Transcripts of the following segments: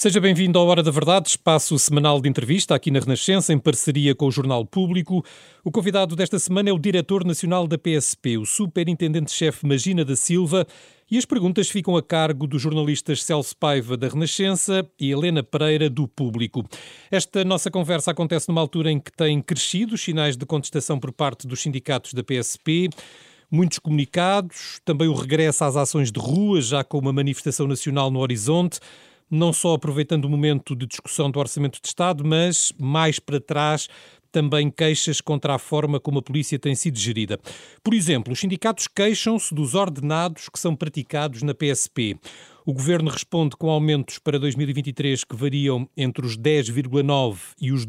Seja bem-vindo ao Hora da Verdade, espaço semanal de entrevista aqui na Renascença, em parceria com o Jornal Público. O convidado desta semana é o Diretor Nacional da PSP, o Superintendente-Chefe Magina da Silva, e as perguntas ficam a cargo dos jornalistas Celso Paiva, da Renascença, e Helena Pereira, do Público. Esta nossa conversa acontece numa altura em que têm crescido os sinais de contestação por parte dos sindicatos da PSP, muitos comunicados, também o regresso às ações de rua, já com uma manifestação nacional no horizonte, não só aproveitando o momento de discussão do Orçamento de Estado, mas mais para trás também queixas contra a forma como a polícia tem sido gerida. Por exemplo, os sindicatos queixam-se dos ordenados que são praticados na PSP. O Governo responde com aumentos para 2023 que variam entre os 10,9% e os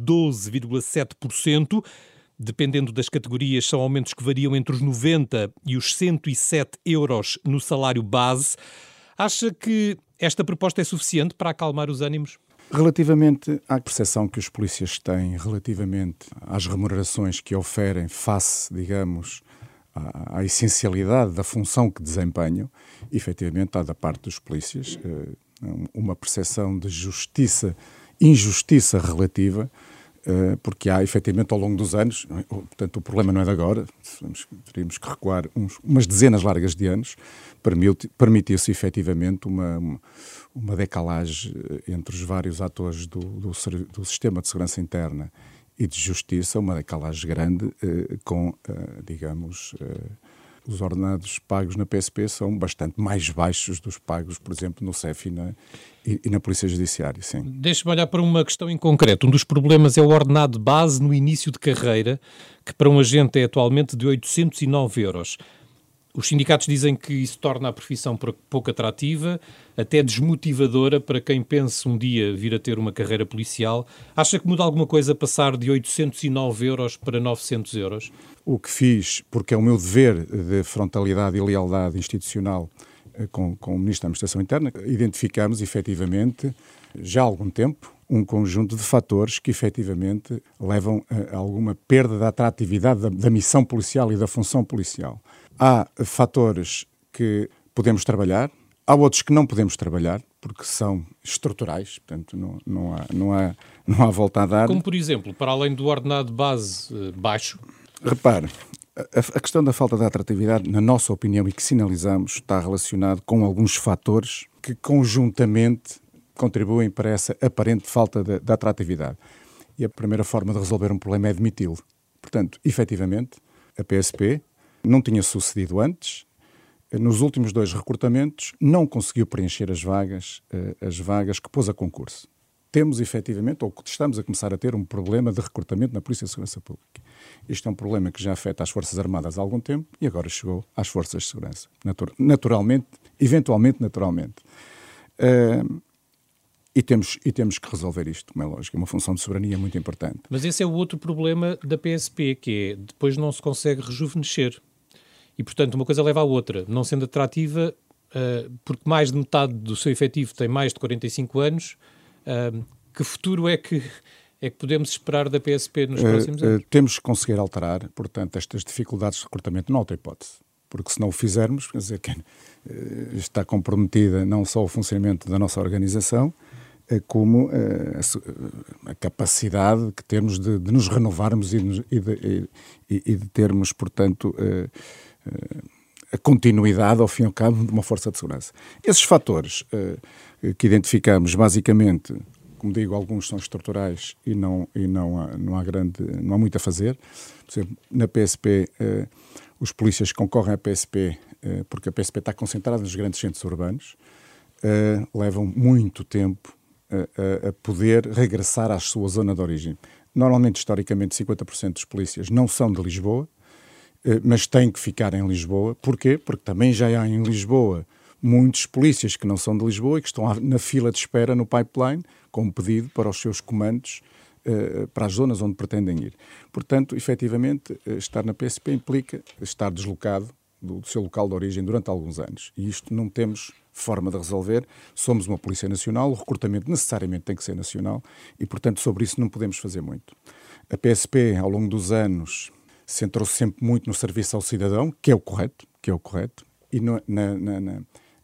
12,7%. Dependendo das categorias, são aumentos que variam entre os 90 e os 107 euros no salário base. Acha que esta proposta é suficiente para acalmar os ânimos? Relativamente à percepção que os polícias têm, relativamente às remunerações que oferem face, digamos, à essencialidade da função que desempenham, efetivamente há da parte dos polícias uma percepção de injustiça relativa, porque há, efetivamente, ao longo dos anos, portanto, o problema não é de agora, teríamos que recuar umas dezenas largas de anos, permitiu-se, efetivamente, uma decalagem entre os vários atores do sistema de segurança interna e de justiça, uma decalagem grande com, digamos, os ordenados pagos na PSP são bastante mais baixos dos pagos, por exemplo, no CEF e na Polícia Judiciária, sim. Deixe-me olhar para uma questão em concreto. Um dos problemas é o ordenado base no início de carreira, que para um agente é atualmente de 809 euros. Os sindicatos dizem que isso torna a profissão pouco atrativa, até desmotivadora para quem pense um dia vir a ter uma carreira policial. Acha que muda alguma coisa passar de 809 euros para 900 euros? O que fiz, porque é o meu dever de frontalidade e lealdade institucional com o Ministro da Administração Interna, identificamos, efetivamente, já há algum tempo, um conjunto de fatores que, efetivamente, levam a alguma perda da atratividade da missão policial e da função policial. Há fatores que podemos trabalhar, há outros que não podemos trabalhar, porque são estruturais, portanto não há volta a dar. Como, por exemplo, para além do ordenado base baixo? Repare, a questão da falta de atratividade, na nossa opinião, e que sinalizamos, está relacionado com alguns fatores que conjuntamente contribuem para essa aparente falta de atratividade. E a primeira forma de resolver um problema é admiti-lo. Portanto, efetivamente, a PSP não tinha sucedido antes. Nos últimos 2 recrutamentos, não conseguiu preencher as vagas que pôs a concurso. Temos, efetivamente, ou estamos a começar a ter um problema de recrutamento na Polícia de Segurança Pública. Este é um problema que já afeta as Forças Armadas há algum tempo e agora chegou às Forças de Segurança. Naturalmente, eventualmente, naturalmente. E temos que resolver isto, como é lógico. É uma função de soberania muito importante. Mas esse é o outro problema da PSP, que é depois não se consegue rejuvenescer. E, portanto, uma coisa leva à outra. Não sendo atrativa, porque mais de metade do seu efetivo tem mais de 45 anos, que futuro é que podemos esperar da PSP nos próximos anos? Temos que conseguir alterar, portanto, estas dificuldades de recrutamento. Não há outra hipótese. Porque se não o fizermos, quer dizer, está comprometida não só o funcionamento da nossa organização, como a capacidade que temos de nos renovarmos e de termos, portanto, a continuidade, ao fim e ao cabo, de uma força de segurança. Esses fatores que identificamos, basicamente, como digo, alguns são estruturais e não há muito a fazer. Por exemplo, na PSP, os polícias concorrem à PSP porque a PSP está concentrada nos grandes centros urbanos, levam muito tempo a poder regressar à sua zona de origem. Normalmente, historicamente, 50% dos polícias não são de Lisboa, mas têm que ficar em Lisboa. Porquê? Porque também já há em Lisboa muitos polícias que não são de Lisboa e que estão na fila de espera no pipeline com um pedido para os seus comandos para as zonas onde pretendem ir. Portanto, efetivamente, estar na PSP implica estar deslocado do seu local de origem durante alguns anos. E isto não temos forma de resolver. Somos uma Polícia Nacional, o recrutamento necessariamente tem que ser nacional e, portanto, sobre isso não podemos fazer muito. A PSP, ao longo dos anos, centrou-se sempre muito no serviço ao cidadão, que é o correto, e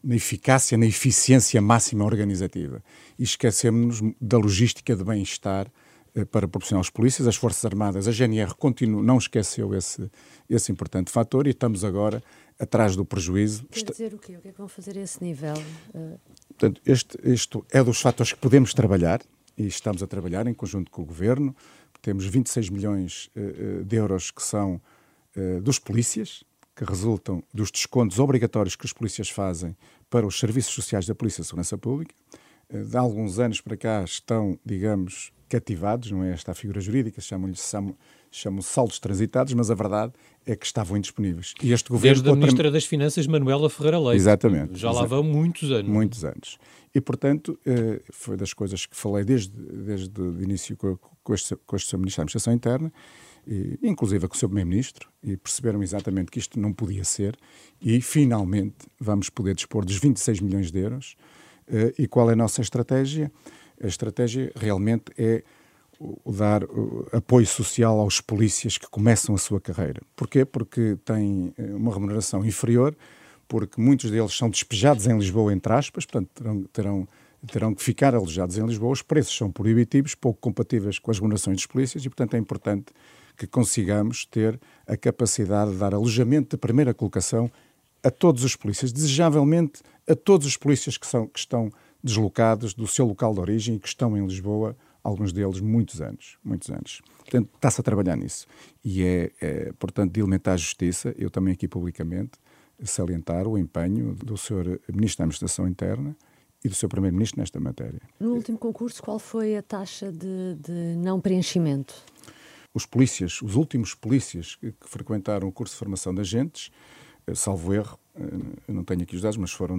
na eficácia, na eficiência máxima organizativa. E esquecemos-nos da logística de bem-estar para proporcionar aos polícias, as Forças Armadas, a GNR não esqueceu esse importante fator e estamos agora atrás do prejuízo. Quer dizer o quê? O que é que vão fazer a esse nível? Portanto, isto é dos fatores que podemos trabalhar e estamos a trabalhar em conjunto com o Governo. Temos 26 milhões de euros que são dos polícias, que resultam dos descontos obrigatórios que os polícias fazem para os serviços sociais da Polícia de Segurança Pública. De alguns anos para cá estão, digamos, cativados, não é esta a figura jurídica, chamam saldos transitados, mas a verdade é que estavam indisponíveis. E este governo, desde a Ministra das Finanças, Manuela Ferreira Leite. Exatamente. Já lá vão muitos anos. Muitos anos. E, portanto, foi das coisas que falei desde o início com este Sr. Ministro da Administração Interna, e, inclusive com o Sr. Primeiro-Ministro, e perceberam exatamente que isto não podia ser, e finalmente vamos poder dispor dos 26 milhões de euros. E qual é a nossa estratégia? A estratégia realmente é dar apoio social aos polícias que começam a sua carreira. Porquê? Porque têm uma remuneração inferior, porque muitos deles são despejados em Lisboa, entre aspas, portanto terão que ficar alojados em Lisboa. Os preços são proibitivos, pouco compatíveis com as remunerações dos polícias e, portanto, é importante que consigamos ter a capacidade de dar alojamento de primeira colocação a todos os polícias, desejavelmente a todos os polícias que estão deslocados do seu local de origem e que estão em Lisboa, alguns deles muitos anos. Portanto, está-se a trabalhar nisso. E portanto, de elementar a justiça, eu também aqui publicamente salientar o empenho do Sr. Ministro da Administração Interna e do Sr. Primeiro-Ministro nesta matéria. No último concurso, qual foi a taxa de não preenchimento? Os últimos polícias que frequentaram o curso de formação de agentes, salvo erro, eu não tenho aqui os dados, mas foram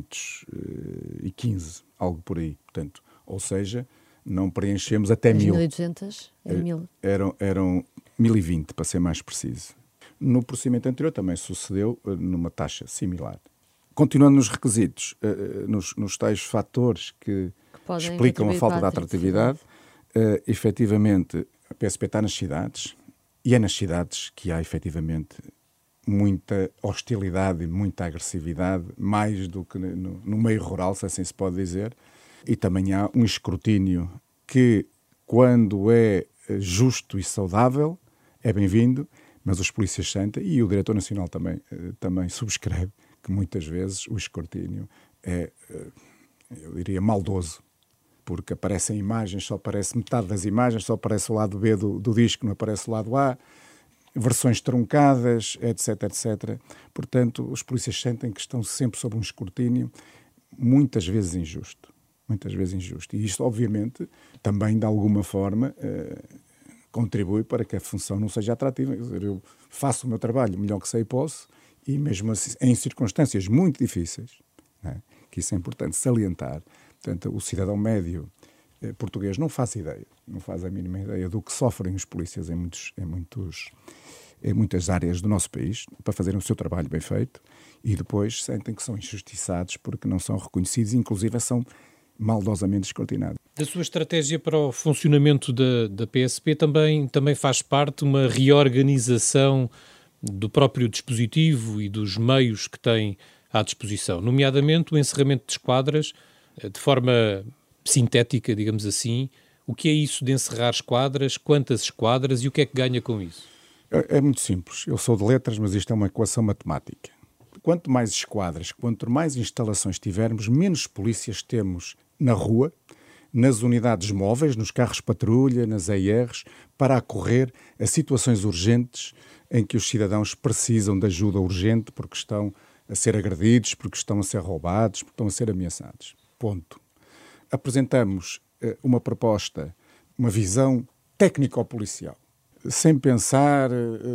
915, algo por aí. Portanto, ou seja, não preenchemos até 1000. 1.200? Eram 1020, para ser mais preciso. No procedimento anterior também sucedeu numa taxa similar. Continuando nos requisitos, nos tais fatores que explicam a falta de atratividade, efetivamente a PSP está nas cidades, e é nas cidades que há efetivamente muita hostilidade e muita agressividade, mais do que no meio rural, se assim se pode dizer, e também há um escrutínio que, quando é justo e saudável, é bem-vindo, mas os polícias sentem, e o Diretor Nacional também subscreve, que muitas vezes o escrutínio é, eu diria, maldoso, porque aparecem imagens, só aparece metade das imagens, só aparece o lado B do disco, não aparece o lado A, versões truncadas, etc, etc. Portanto, os polícias sentem que estão sempre sob um escrutínio muitas vezes injusto. E isto, obviamente, também, de alguma forma, contribui para que a função não seja atrativa. Quer dizer, eu faço o meu trabalho melhor que sei e posso, e mesmo assim, em circunstâncias muito difíceis, né, que isso é importante salientar. Portanto, o cidadão médio português não faz a mínima ideia do que sofrem os polícias em muitas áreas do nosso país para fazerem o seu trabalho bem feito, e depois sentem que são injustiçados porque não são reconhecidos, inclusive são maldosamente escrutinados. Da sua estratégia para o funcionamento da PSP também faz parte uma reorganização do próprio dispositivo e dos meios que tem à disposição, nomeadamente o encerramento de esquadras de forma sintética, digamos assim. O que é isso de encerrar esquadras, quantas esquadras e o que é que ganha com isso? É muito simples. Eu sou de letras, mas isto é uma equação matemática. Quanto mais esquadras, quanto mais instalações tivermos, menos polícias temos na rua, nas unidades móveis, nos carros patrulha, nas ERs, para acorrer a situações urgentes em que os cidadãos precisam de ajuda urgente porque estão a ser agredidos, porque estão a ser roubados, porque estão a ser ameaçados. Ponto. Apresentamos uma proposta, uma visão técnico-policial, sem pensar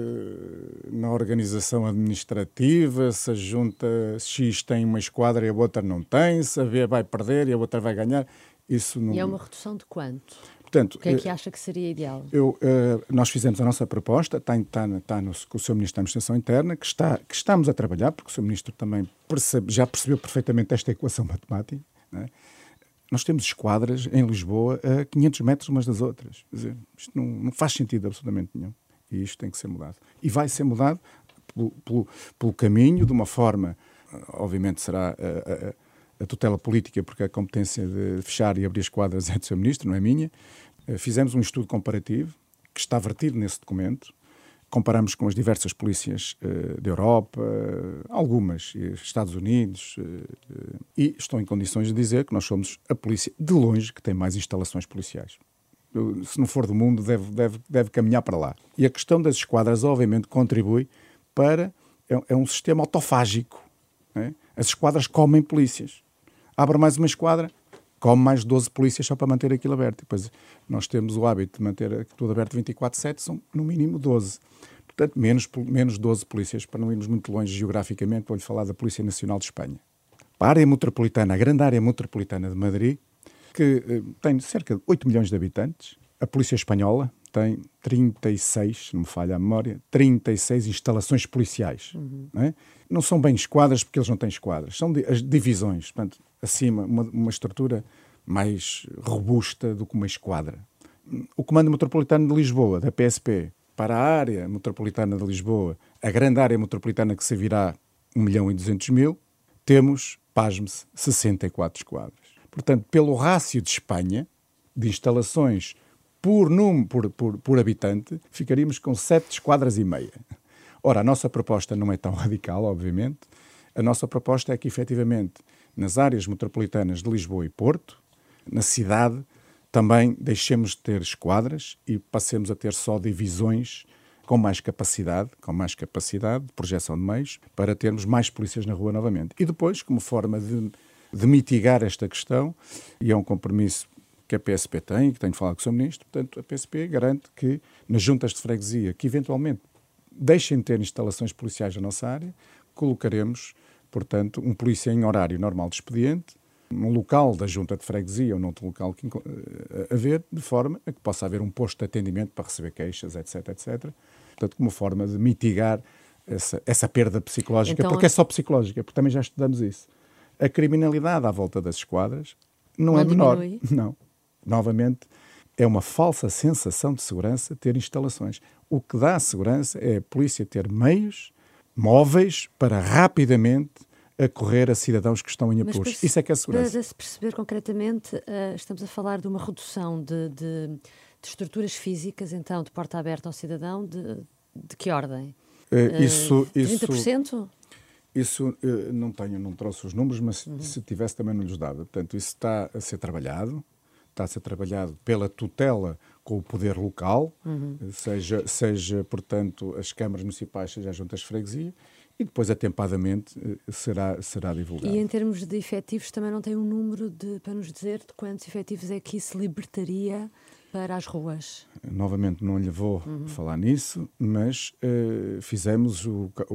na organização administrativa, se a junta X tem uma esquadra e a outra não tem, se a B vai perder e a outra vai ganhar. Isso não... E é uma redução de quanto? Portanto, o que é que acha que seria ideal? Nós fizemos a nossa proposta, está com o Sr. Ministro da Administração Interna, que estamos a trabalhar, porque o Sr. Ministro também já percebeu perfeitamente esta equação matemática, não é? Nós temos esquadras em Lisboa a 500 metros umas das outras. Quer dizer, isto não faz sentido absolutamente nenhum. E isto tem que ser mudado. E vai ser mudado pelo caminho, de uma forma obviamente será a tutela política, porque a competência de fechar e abrir esquadras é do Sr. Ministro, não é minha. Fizemos um estudo comparativo que está vertido nesse documento. Comparamos com as diversas polícias da Europa, algumas, Estados Unidos, e estou em condições de dizer que nós somos a polícia, de longe, que tem mais instalações policiais. Se não for do mundo, deve caminhar para lá. E a questão das esquadras, obviamente, contribui para... É um sistema autofágico. Não é? As esquadras comem polícias. Abre mais uma esquadra, come mais 12 polícias só para manter aquilo aberto. E depois nós temos o hábito de manter tudo aberto 24/7, são no mínimo 12. Portanto, menos 12 polícias, para não irmos muito longe geograficamente, vou-lhe falar da Polícia Nacional de Espanha. Para a área metropolitana, a grande área metropolitana de Madrid, que tem cerca de 8 milhões de habitantes, a Polícia Espanhola tem 36, se não me falha a memória, 36 instalações policiais. Não é? Não são bem esquadras, porque eles não têm esquadras, são as divisões, portanto, acima, uma estrutura mais robusta do que uma esquadra. O Comando Metropolitano de Lisboa, da PSP, para a área metropolitana de Lisboa, a grande área metropolitana que servirá 1.200.000, temos, pasme-se, 64 esquadras. Portanto, pelo rácio de Espanha, de instalações por habitante, ficaríamos com 7 esquadras e meia. Ora, a nossa proposta não é tão radical, obviamente. A nossa proposta é que, efetivamente, nas áreas metropolitanas de Lisboa e Porto, na cidade, também deixemos de ter esquadras e passemos a ter só divisões com mais capacidade de projeção de meios, para termos mais polícias na rua novamente. E depois, como forma de mitigar esta questão, e é um compromisso que a PSP tem, que tenho de falar com o Sr. Ministro, portanto, a PSP garante que nas juntas de freguesia, que eventualmente deixem de ter instalações policiais na nossa área, colocaremos, portanto, um polícia em horário normal de expediente, num local da junta de freguesia ou noutro local que haver, de forma a que possa haver um posto de atendimento para receber queixas, etc, etc. Portanto, como forma de mitigar essa perda psicológica, então, porque é só psicológica, porque também já estudamos isso. A criminalidade à volta das esquadras não é menor. Não. Novamente, é uma falsa sensação de segurança ter instalações. O que dá segurança é a polícia ter meios móveis para rapidamente acorrer a cidadãos que estão em apuros. Isso é que é segurança. Para se perceber concretamente, estamos a falar de uma redução de estruturas físicas, então, de porta aberta ao cidadão, de que ordem? 30%? Isso não trouxe os números, mas se tivesse também não lhes dava. Portanto, isso está a ser trabalhado pela tutela com o poder local, seja, portanto, as câmaras municipais, seja as juntas de freguesia, e depois, atempadamente, será divulgado. E em termos de efetivos, também não tem um número para nos dizer de quantos efetivos é que isso libertaria para as ruas? Novamente, não lhe vou falar nisso, mas fizemos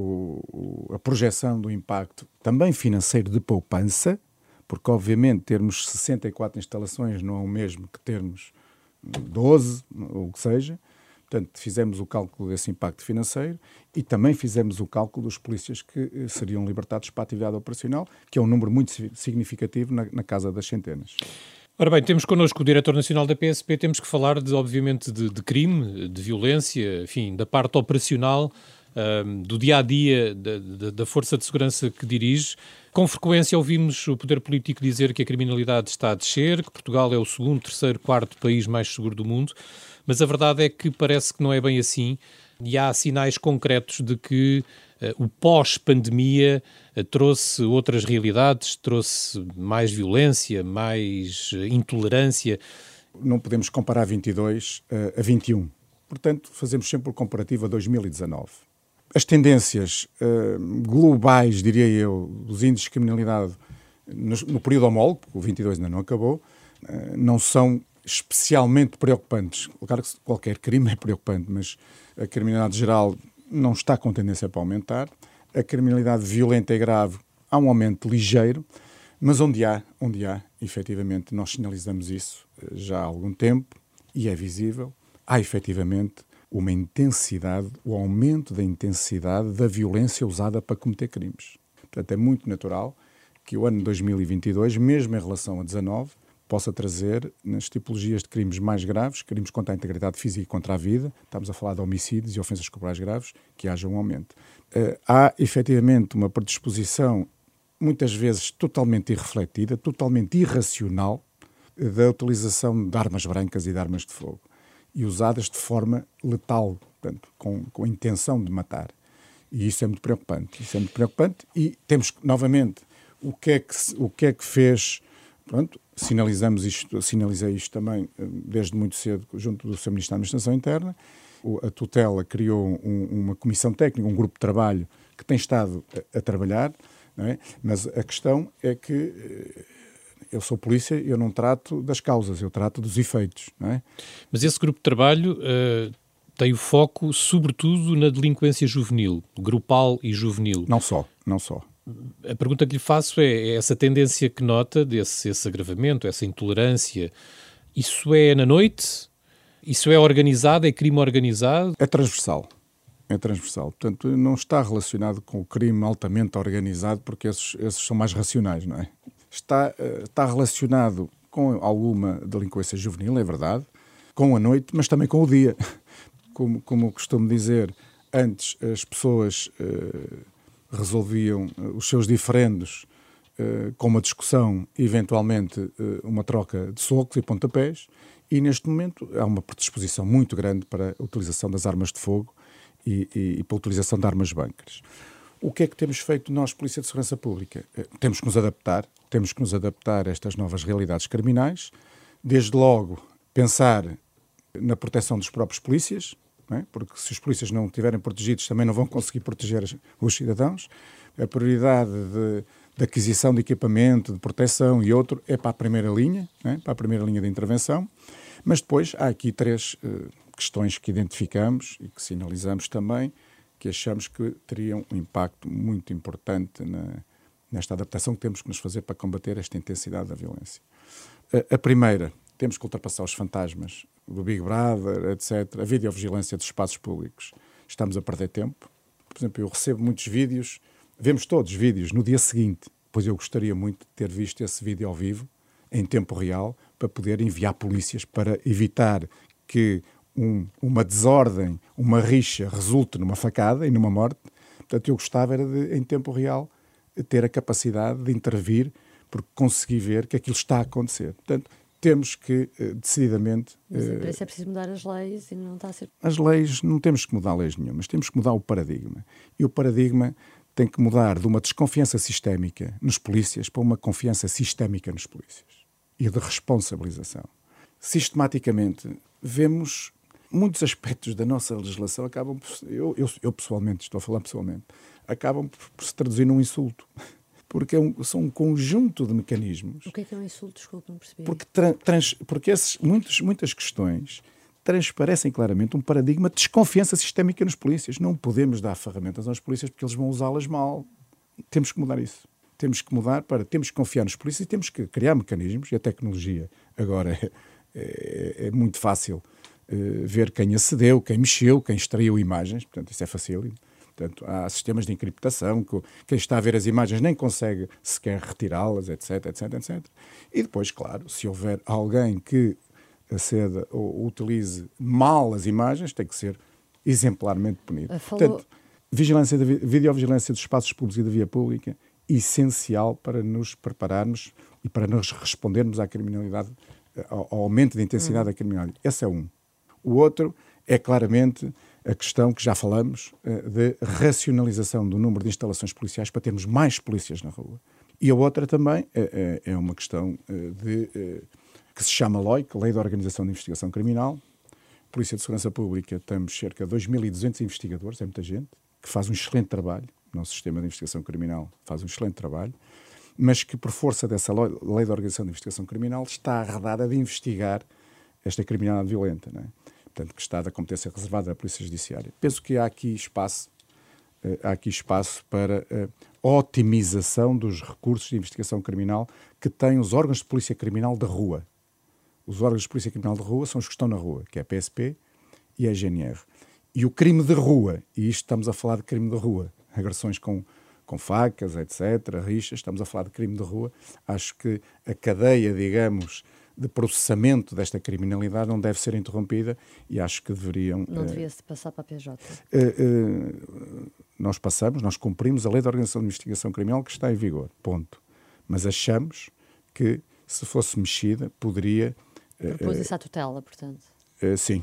a projeção do impacto também financeiro de poupança, porque, obviamente, termos 64 instalações não é o mesmo que termos 12, ou o que seja. Portanto, fizemos o cálculo desse impacto financeiro e também fizemos o cálculo dos polícias que seriam libertados para a atividade operacional, que é um número muito significativo na casa das centenas. Ora bem, temos connosco o Diretor Nacional da PSP, temos que falar, obviamente, de crime, de violência, enfim, da parte operacional, do dia-a-dia da Força de Segurança que dirige. Com frequência ouvimos o poder político dizer que a criminalidade está a descer, que Portugal é o segundo, terceiro, quarto país mais seguro do mundo, mas a verdade é que parece que não é bem assim e há sinais concretos de que o pós-pandemia trouxe outras realidades, trouxe mais violência, mais intolerância. Não podemos comparar 22 a 21. Portanto, fazemos sempre o comparativo a 2019. As tendências globais, diria eu, dos índices de criminalidade no período homólogo, porque o 22 ainda não acabou, não são especialmente preocupantes. Claro que qualquer crime é preocupante, mas a criminalidade geral não está com tendência para aumentar. A criminalidade violenta e grave há um aumento ligeiro, mas onde há, efetivamente, nós sinalizamos isso já há algum tempo e é visível, há efetivamente uma intensidade, o aumento da intensidade da violência usada para cometer crimes. Portanto, é muito natural que o ano 2022, mesmo em relação a 19, possa trazer, nas tipologias de crimes mais graves, crimes contra a integridade física e contra a vida, estamos a falar de homicídios e ofensas corporais graves, que haja um aumento. Há, efetivamente, uma predisposição muitas vezes totalmente irrefletida, totalmente irracional, da utilização de armas brancas e de armas de fogo, e usadas de forma letal, portanto, com a intenção de matar. E isso é muito preocupante. E temos, novamente, o que é que fez... Pronto, sinalizei isto também desde muito cedo junto do Sr. Ministro da Administração Interna. A tutela criou uma comissão técnica, um grupo de trabalho que tem estado a trabalhar, não é? Mas a questão é que eu sou polícia, eu não trato das causas, eu trato dos efeitos, não é? Mas esse grupo de trabalho tem o foco sobretudo na delinquência juvenil, grupal e juvenil. Não só. A pergunta que lhe faço é essa tendência que nota desse agravamento, essa intolerância, isso é na noite? Isso é organizado? É crime organizado? É transversal. Portanto, não está relacionado com o crime altamente organizado, porque esses são mais racionais, não é? Está relacionado com alguma delinquência juvenil, é verdade, com a noite, mas também com o dia. Como costumo dizer, antes as pessoas resolviam os seus diferendos com uma discussão e, eventualmente, uma troca de socos e pontapés, e neste momento há uma predisposição muito grande para a utilização das armas de fogo e para a utilização de armas brancas. O que é que temos feito nós, Polícia de Segurança Pública? Temos que nos adaptar a estas novas realidades criminais, desde logo pensar na proteção dos próprios polícias, não é? Porque se os polícias não estiverem protegidos também não vão conseguir proteger os cidadãos. A prioridade de aquisição de equipamento, de proteção e outro é para a primeira linha, não é? Para a primeira linha de intervenção, mas depois há aqui 3 questões que identificamos e que sinalizamos também, que achamos que teriam um impacto muito importante nesta adaptação que temos que nos fazer para combater esta intensidade da violência. A primeira, temos que ultrapassar os fantasmas do Big Brother, etc. A videovigilância dos espaços públicos. Estamos a perder tempo. Por exemplo, eu recebo muitos vídeos, vemos todos vídeos no dia seguinte, pois eu gostaria muito de ter visto esse vídeo ao vivo, em tempo real, para poder enviar polícias para evitar que uma desordem, uma rixa resulte numa facada e numa morte. Portanto, eu gostava era de, em tempo real, ter a capacidade de intervir, porque consegui ver que aquilo está a acontecer. Portanto, temos que, decididamente... Mas para isso é preciso mudar as leis e não está a ser... As leis, não temos que mudar leis nenhumas, temos que mudar o paradigma. E o paradigma tem que mudar de uma desconfiança sistémica nos polícias para uma confiança sistémica nos polícias. E de responsabilização. Sistematicamente, vemos muitos aspectos da nossa legislação acabam por... Eu pessoalmente, estou a falar pessoalmente, acabam por se traduzir num insulto. Porque são um conjunto de mecanismos. O que é um insulto? Desculpa, não percebi. Porque muitas questões transparecem claramente um paradigma de desconfiança sistémica nos polícias. Não podemos dar ferramentas aos polícias porque eles vão usá-las mal. Temos que mudar isso. Temos que confiar nos polícias e temos que criar mecanismos. E a tecnologia agora é muito fácil ver quem acedeu, quem mexeu, quem extraiu imagens. Portanto, isso é fácil. Portanto, há sistemas de encriptação, que quem está a ver as imagens nem consegue sequer retirá-las, etc. E depois, claro, se houver alguém que aceda ou utilize mal as imagens, tem que ser exemplarmente punido. Portanto, videovigilância dos espaços públicos e da via pública, essencial para nos prepararmos e para nos respondermos à criminalidade, ao aumento da intensidade da criminalidade. Esse é um. O outro é claramente a questão que já falamos de racionalização do número de instalações policiais para termos mais polícias na rua. E a outra também é uma questão que se chama LOIC, Lei de Organização de Investigação Criminal. Polícia de Segurança Pública, temos cerca de 2.200 investigadores, é muita gente, que faz um excelente trabalho. O nosso sistema de investigação criminal faz um excelente trabalho, mas que, por força dessa Lei de Organização de Investigação Criminal, está arredada de investigar esta criminalidade violenta, não é? Portanto, que está da competência reservada à Polícia Judiciária. Penso que há aqui espaço para a otimização dos recursos de investigação criminal que têm os órgãos de polícia criminal da rua. Os órgãos de polícia criminal da rua são os que estão na rua, que é a PSP e a GNR. E o crime de rua, e isto estamos a falar de crime de rua, agressões com facas, etc., rixas, estamos a falar de crime de rua. Acho que a cadeia, digamos, de processamento desta criminalidade não deve ser interrompida e acho que deveriam... Não devia-se passar para a PJ? Nós cumprimos a Lei de Organização de Investigação Criminal que está em vigor, ponto. Mas achamos que, se fosse mexida, poderia... Propôs isso à tutela, portanto? Sim.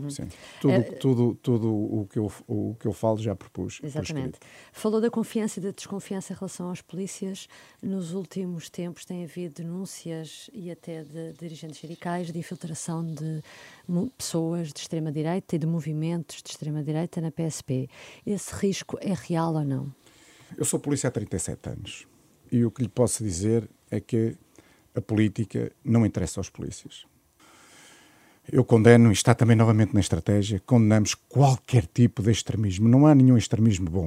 Tudo o que eu falo já propus. Exatamente. Falou da confiança e da desconfiança em relação às polícias. Nos últimos tempos tem havido denúncias e até de dirigentes sindicais de infiltração de pessoas de extrema-direita e de movimentos de extrema-direita na PSP. Esse risco é real ou não? Eu sou polícia há 37 anos e o que lhe posso dizer é que a política não interessa aos polícias. Eu condeno, e está também novamente na estratégia, condenamos qualquer tipo de extremismo. Não há nenhum extremismo bom.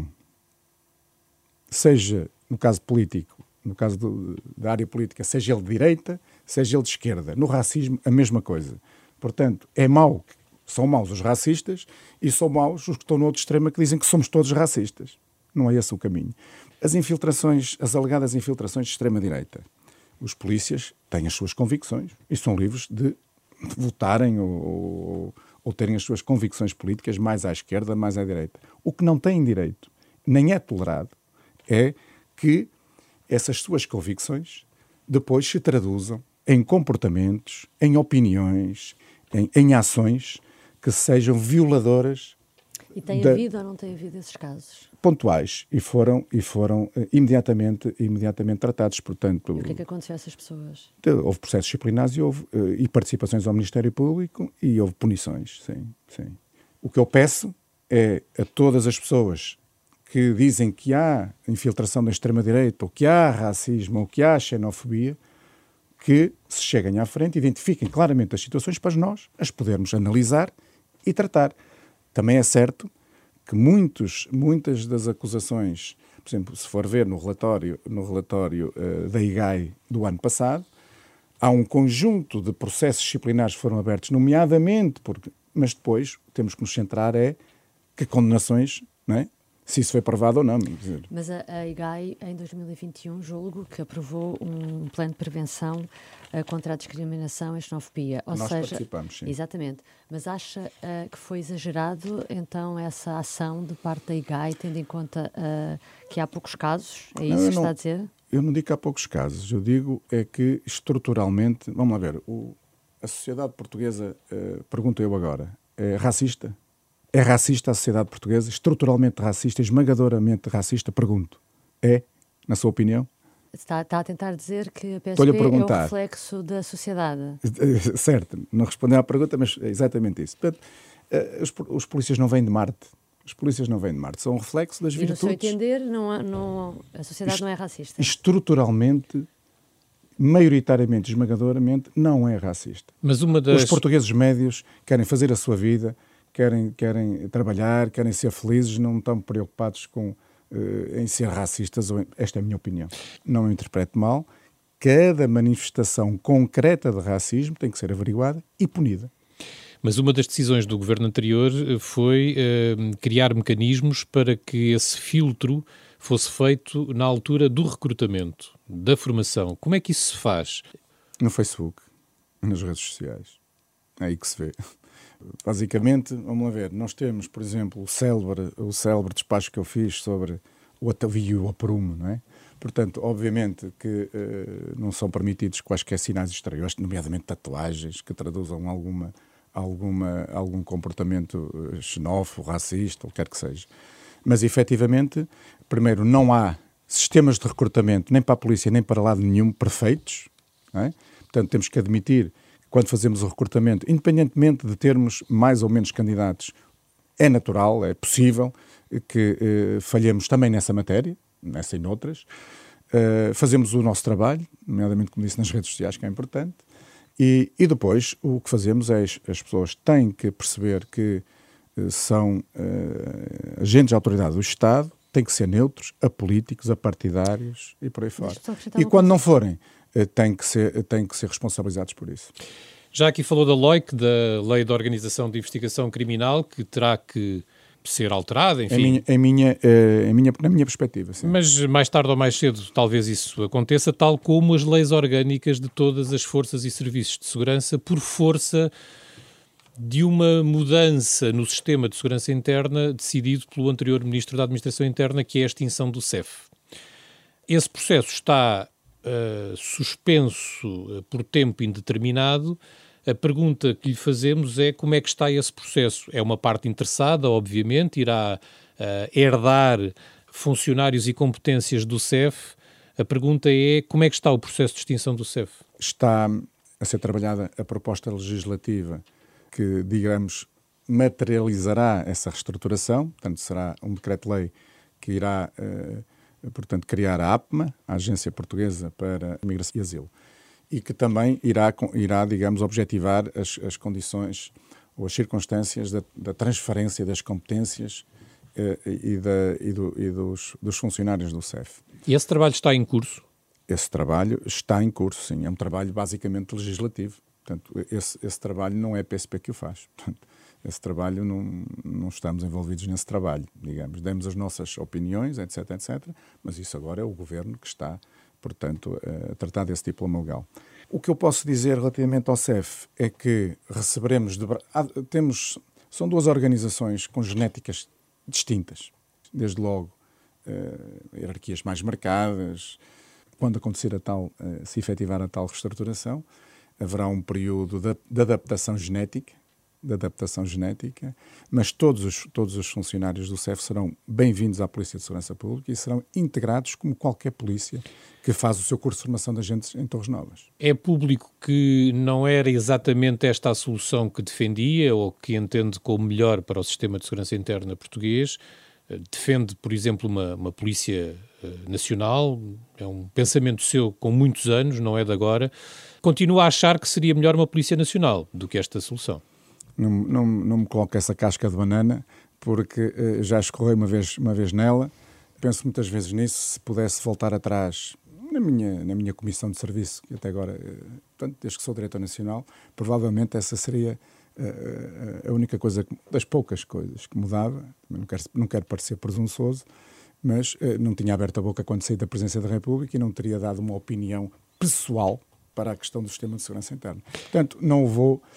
Seja, no caso político, no caso da área política, seja ele de direita, seja ele de esquerda. No racismo, a mesma coisa. Portanto, são maus os racistas e são maus os que estão no outro extremo que dizem que somos todos racistas. Não é esse o caminho. As alegadas infiltrações de extrema-direita. Os polícias têm as suas convicções e são livres de votarem ou terem as suas convicções políticas mais à esquerda, mais à direita. O que não têm direito, nem é tolerado, é que essas suas convicções depois se traduzam em comportamentos, em opiniões, em ações que sejam violadoras. E tem havido ou não tem havido esses casos? Pontuais e foram imediatamente tratados, portanto... E o que aconteceu a essas pessoas? Houve processos disciplinares e participações ao Ministério Público e houve punições, sim. O que eu peço é a todas as pessoas que dizem que há infiltração da extrema-direita, ou que há racismo, ou que há xenofobia, que se cheguem à frente, identifiquem claramente as situações para nós as podermos analisar e tratar. Também é certo que muitas das acusações, por exemplo, se for ver no relatório da IGAI do ano passado, há um conjunto de processos disciplinares que foram abertos, nomeadamente, mas depois temos que nos centrar que condenações, não é? Se isso foi provado ou não. Mas a IGAI, em 2021, julgo que aprovou um plano de prevenção contra a discriminação e a xenofobia. Nós participamos, sim. Exatamente. Mas acha que foi exagerado, então, essa ação de parte da IGAI, tendo em conta que há poucos casos? É isso que está a dizer? Eu não digo que há poucos casos. Eu digo é que, estruturalmente... Vamos lá ver. A sociedade portuguesa, pergunto eu agora, é racista? É racista a sociedade portuguesa? Estruturalmente racista, esmagadoramente racista? Pergunto. É, na sua opinião? Está a tentar dizer que a PSP é o reflexo da sociedade. Certo, não respondeu à pergunta, mas é exatamente isso. Portanto, os polícias não vêm de Marte. Os polícias não vêm de Marte. São um reflexo das virtudes. E no seu entender, a sociedade não é racista? Estruturalmente, maioritariamente, esmagadoramente, não é racista. Mas os portugueses médios querem fazer a sua vida, querem trabalhar, querem ser felizes, não estão preocupados em ser racistas. Esta é a minha opinião. Não me interprete mal. Cada manifestação concreta de racismo tem que ser averiguada e punida. Mas uma das decisões do governo anterior foi criar mecanismos para que esse filtro fosse feito na altura do recrutamento, da formação. Como é que isso se faz? No Facebook, nas redes sociais. É aí que se vê. Basicamente, vamos lá ver, nós temos, por exemplo, o célebre despacho que eu fiz sobre o atavio e o aprumo, não é? Portanto, obviamente que não são permitidos quaisquer sinais exteriores, nomeadamente tatuagens, que traduzam algum comportamento xenófobo, racista, ou quer que seja. Mas, efetivamente, primeiro, não há sistemas de recrutamento, nem para a polícia, nem para lado nenhum, perfeitos, não é? Portanto, temos que admitir quando fazemos o recrutamento, independentemente de termos mais ou menos candidatos, é natural, é possível que falhemos também nessa matéria, nessa e noutras. Fazemos o nosso trabalho, nomeadamente, como disse, nas redes sociais, que é importante, e depois o que fazemos é as pessoas têm que perceber que são agentes de autoridade do Estado, têm que ser neutros, apolíticos, apartidários e por aí fora. E quando não forem, têm que ser responsabilizados por isso. Já aqui falou da LOIC, da Lei de Organização de Investigação Criminal, que terá que ser alterada, enfim. Na minha perspectiva, sim. Mas mais tarde ou mais cedo talvez isso aconteça, tal como as leis orgânicas de todas as forças e serviços de segurança, por força de uma mudança no sistema de segurança interna decidido pelo anterior Ministro da Administração Interna, que é a extinção do CEF. Esse processo está suspenso por tempo indeterminado. A pergunta que lhe fazemos é como é que está esse processo? É uma parte interessada, obviamente, irá herdar funcionários e competências do CEF. A pergunta é como é que está o processo de extinção do CEF? Está a ser trabalhada a proposta legislativa que, digamos, materializará essa reestruturação. Portanto, será um decreto-lei que irá, portanto, criar a APMA, a Agência Portuguesa para a Migração e Asilo, e que também irá digamos, objetivar as condições ou as circunstâncias da transferência das competências dos funcionários do CEF. E esse trabalho está em curso? Esse trabalho está em curso, sim. É um trabalho basicamente legislativo. Portanto, esse trabalho não é a PSP que o faz. Portanto, esse trabalho, não estamos envolvidos nesse trabalho, digamos. Demos as nossas opiniões, etc., etc., mas isso agora é o Governo que está, portanto, a tratar desse diploma legal. O que eu posso dizer relativamente ao CEF é que receberemos... São duas organizações com genéticas distintas. Desde logo, hierarquias mais marcadas. Quando acontecer se efetivar a tal reestruturação, haverá um período de adaptação genética, mas todos os funcionários do CEF serão bem-vindos à Polícia de Segurança Pública e serão integrados como qualquer polícia que faz o seu curso de formação de agentes em Torres Novas. É público que não era exatamente esta a solução que defendia ou que entende como melhor para o sistema de segurança interna português. Defende, por exemplo, uma polícia nacional, é um pensamento seu com muitos anos, não é de agora. Continua a achar que seria melhor uma polícia nacional do que esta solução? Não me coloco essa casca de banana, porque já escorrei uma vez nela. Penso muitas vezes nisso. Se pudesse voltar atrás na minha comissão de serviço, que até agora, portanto, desde que sou diretor nacional, provavelmente essa seria a única coisa, das poucas coisas que mudava. Não quero parecer presunçoso, mas não tinha aberto a boca quando saí da Presidência da República e não teria dado uma opinião pessoal para a questão do sistema de segurança interna. Portanto, não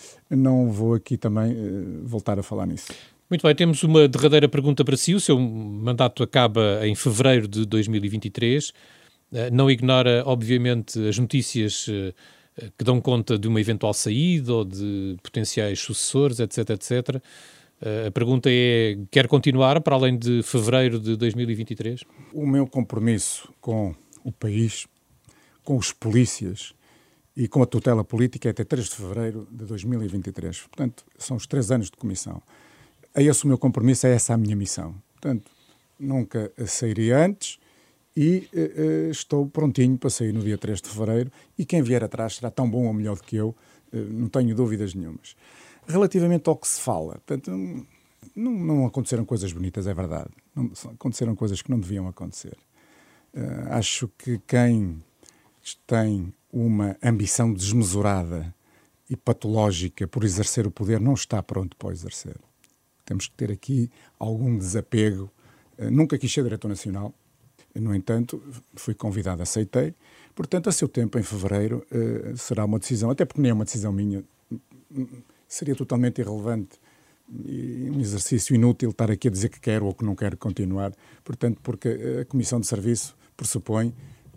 vou aqui também voltar a falar nisso. Muito bem, temos uma derradeira pergunta para si. O seu mandato acaba em fevereiro de 2023. Não ignora, obviamente, as notícias que dão conta de uma eventual saída ou de potenciais sucessores, etc, etc. A pergunta é, quer continuar para além de fevereiro de 2023? O meu compromisso com o país, com os polícias e com a tutela política é até 3 de fevereiro de 2023. Portanto, são os 3 anos de comissão. É esse o meu compromisso, é essa a minha missão. Portanto, nunca sairia antes e estou prontinho para sair no dia 3 de fevereiro e quem vier atrás será tão bom ou melhor do que eu, não tenho dúvidas nenhumas. Relativamente ao que se fala, portanto, não aconteceram coisas bonitas, é verdade. Aconteceram coisas que não deviam acontecer. Acho que quem tem uma ambição desmesurada e patológica por exercer o poder não está pronto para o exercer. Temos que ter aqui algum desapego. Nunca quis ser diretor nacional, no entanto, fui convidado, aceitei. Portanto, a seu tempo, em fevereiro, será uma decisão, até porque nem é uma decisão minha, seria totalmente irrelevante e um exercício inútil estar aqui a dizer que quero ou que não quero continuar. Portanto, porque a Comissão de Serviço pressupõe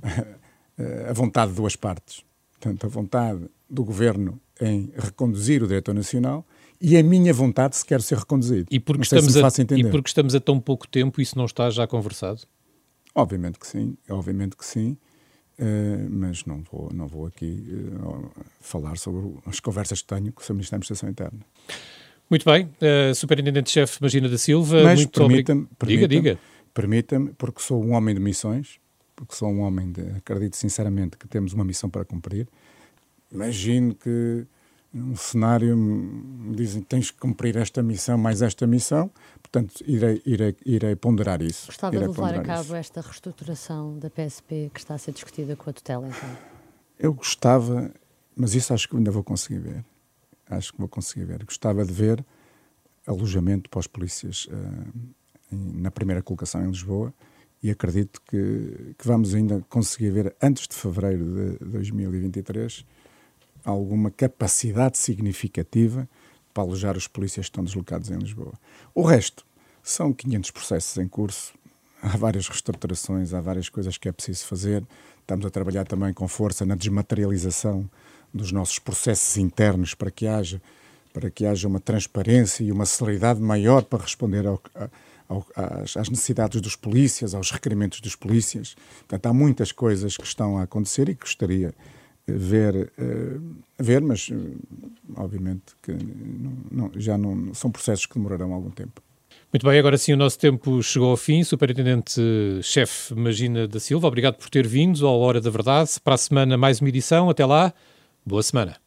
a vontade de duas partes. Portanto, a vontade do Governo em reconduzir o Diretor Nacional e a minha vontade se quer ser reconduzido. E porque estamos a tão pouco tempo, isso não está já conversado? Obviamente que sim, mas não vou aqui falar sobre as conversas que tenho com o Sr. Ministro da Administração Interna. Muito bem, Superintendente-Chefe Magina da Silva, mas muito obrigado. Diga. Permita-me, porque sou um homem de missões, acredito sinceramente que temos uma missão para cumprir. Imagino que um cenário me dizem que tens que cumprir esta missão mais esta missão, portanto irei ponderar isso. Gostava de levar a cabo esta reestruturação da PSP que está a ser discutida com a tutela, então? Eu gostava, mas isso acho que ainda vou conseguir ver. Gostava de ver alojamento para os polícias na primeira colocação em Lisboa, e acredito que vamos ainda conseguir ver, antes de fevereiro de 2023, alguma capacidade significativa para alojar os polícias que estão deslocados em Lisboa. O resto são 500 processos em curso, há várias reestruturações, há várias coisas que é preciso fazer. Estamos a trabalhar também com força na desmaterialização dos nossos processos internos para que haja uma transparência e uma celeridade maior para responder às necessidades dos polícias, aos requerimentos dos polícias. Portanto, há muitas coisas que estão a acontecer e que gostaria de ver, mas obviamente que já não são processos que demorarão algum tempo. Muito bem, agora sim o nosso tempo chegou ao fim. Superintendente-chefe Magina da Silva, obrigado por ter vindo ao Hora da Verdade. Para a semana mais uma edição. Até lá, boa semana.